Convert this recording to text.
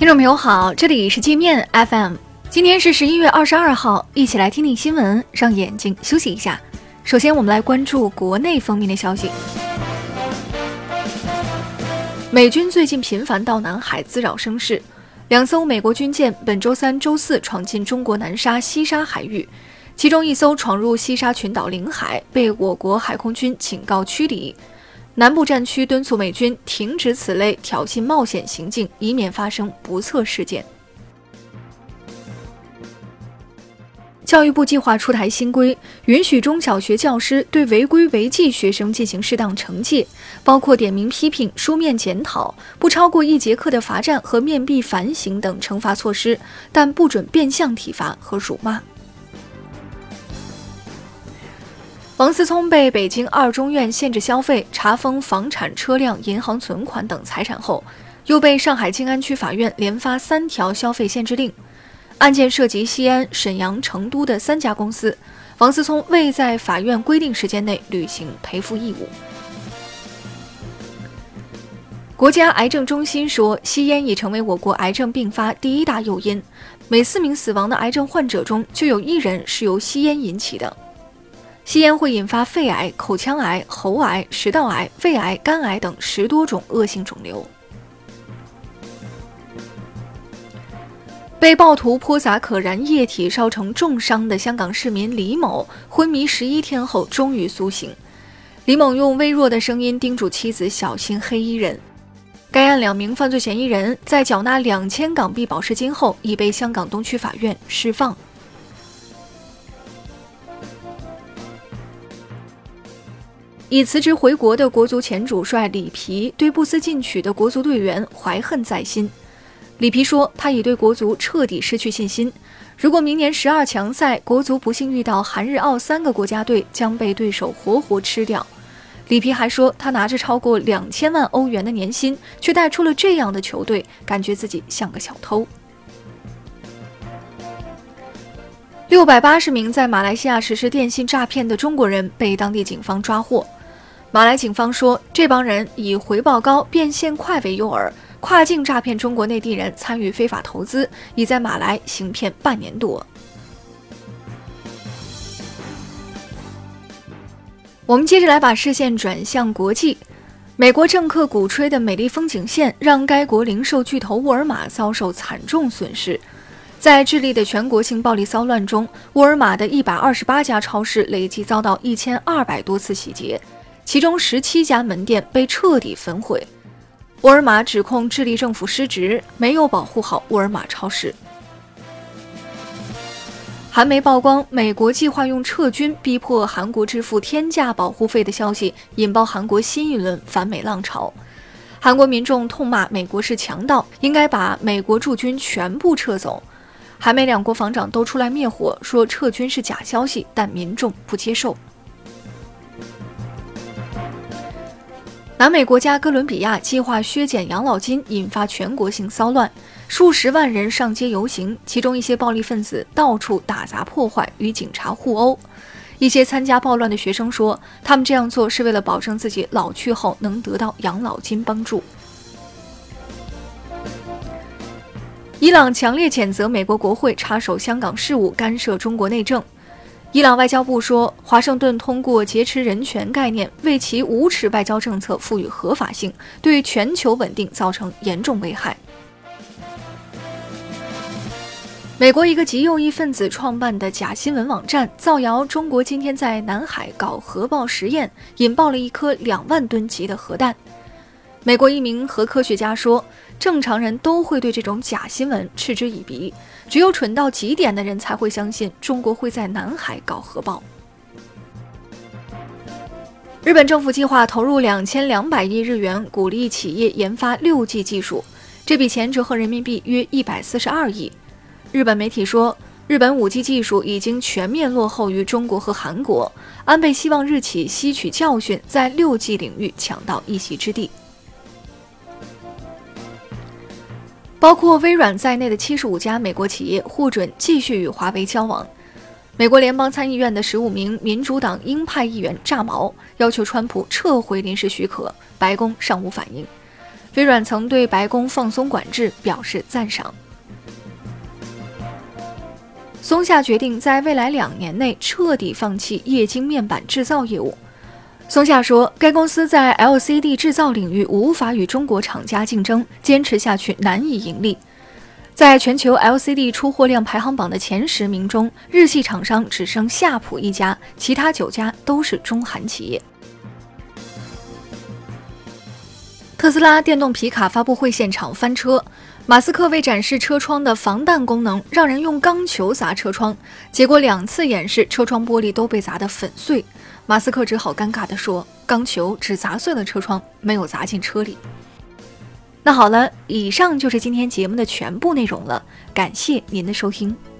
听众朋友好，这里是界面 FM， 今天是11月22号，一起来听听新闻，让眼睛休息一下。首先我们来关注国内方面的消息。美军最近频繁到南海滋扰声势，2艘美国军舰本周三、周四闯进中国南沙、西沙海域，其中1艘闯入西沙群岛领海，被我国海空军警告驱离。南部战区敦促美军停止此类挑衅冒险行径，以免发生不测事件。教育部计划出台新规，允许中小学教师对违规违纪学生进行适当惩戒，包括点名批评、书面检讨、不超过1节课的罚站和面壁反省等惩罚措施，但不准变相体罚和辱骂。王思聪被北京2中院限制消费、查封房产、车辆、银行存款等财产后，又被上海静安区法院连发3条消费限制令。案件涉及西安、沈阳、成都的3家公司，王思聪未在法院规定时间内履行赔付义务。国家癌症中心说，吸烟已成为我国癌症并发第1大诱因，每4名死亡的癌症患者中就有1人是由吸烟引起的。吸烟会引发肺癌、口腔癌、喉癌、食道癌、胃癌、肝癌等10多种恶性肿瘤。被暴徒泼洒可燃液体烧成重伤的香港市民李某，昏迷11天后终于苏醒。李某用微弱的声音叮嘱妻子小心黑衣人。该案2名犯罪嫌疑人在缴纳2000港币保释金后，已被香港东区法院释放。已辞职回国的国足前主帅里皮对不思进取的国足队员怀恨在心。里皮说，他已对国足彻底失去信心，如果明年12强赛国足不幸遇到韩日澳3个国家队，将被对手活活吃掉。里皮还说，他拿着超过2000万欧元的年薪，却带出了这样的球队，感觉自己像个小偷。680名在马来西亚实施电信诈骗的中国人被当地警方抓获。马来警方说，这帮人以回报高、变现快为诱饵，跨境诈骗中国内地人参与非法投资，已在马来行骗半年多。我们接着来把视线转向国际。美国政客鼓吹的美丽风景线，让该国零售巨头沃尔玛遭受惨重损失。在智利的全国性暴力骚乱中，沃尔玛的128家超市累计遭到1200多次洗劫，其中17家门店被彻底焚毁。沃尔玛指控智利政府失职，没有保护好沃尔玛超市。韩媒曝光美国计划用撤军逼迫韩国支付天价保护费的消息，引爆韩国新一轮反美浪潮。韩国民众痛骂美国是强盗，应该把美国驻军全部撤走。韩美2国防长都出来灭火，说撤军是假消息，但民众不接受。南美国家哥伦比亚计划削减养老金，引发全国性骚乱，数十万人上街游行，其中一些暴力分子到处打砸破坏，与警察互殴。一些参加暴乱的学生说，他们这样做是为了保证自己老去后能得到养老金帮助。伊朗强烈谴责美国国会插手香港事务，干涉中国内政。伊朗外交部说，华盛顿通过劫持人权概念，为其无耻外交政策赋予合法性，对全球稳定造成严重危害。美国一个极右翼分子创办的假新闻网站造谣中国今天在南海搞核爆实验，引爆了1颗2万吨级的核弹。美国一名核科学家说，正常人都会对这种假新闻嗤之以鼻，只有蠢到极点的人才会相信中国会在南海搞核爆。日本政府计划投入2200亿日元，鼓励企业研发6G 技术，这笔钱折合人民币约142亿。日本媒体说，日本5G 技术已经全面落后于中国和韩国，安倍希望日企吸取教训，在6G 领域抢到一席之地。包括微软在内的75家美国企业获准继续与华为交往。美国联邦参议院的15名民主党鹰派议员炸毛，要求川普撤回临时许可，白宫尚无反应。 微软曾对白宫放松管制表示赞赏。松下决定在未来2年内彻底放弃液晶面板制造业务。松下说，该公司在 LCD 制造领域无法与中国厂家竞争，坚持下去难以盈利。在全球 LCD 出货量排行榜的前10名中，日系厂商只剩夏普一家，其他9家都是中韩企业。特斯拉电动皮卡发布会现场翻车，马斯克为展示车窗的防弹功能，让人用钢球砸车窗，结果2次演示，车窗玻璃都被砸得粉碎。马斯克只好尴尬地说，钢球只砸碎了车窗，没有砸进车里。那好了，以上就是今天节目的全部内容了，感谢您的收听。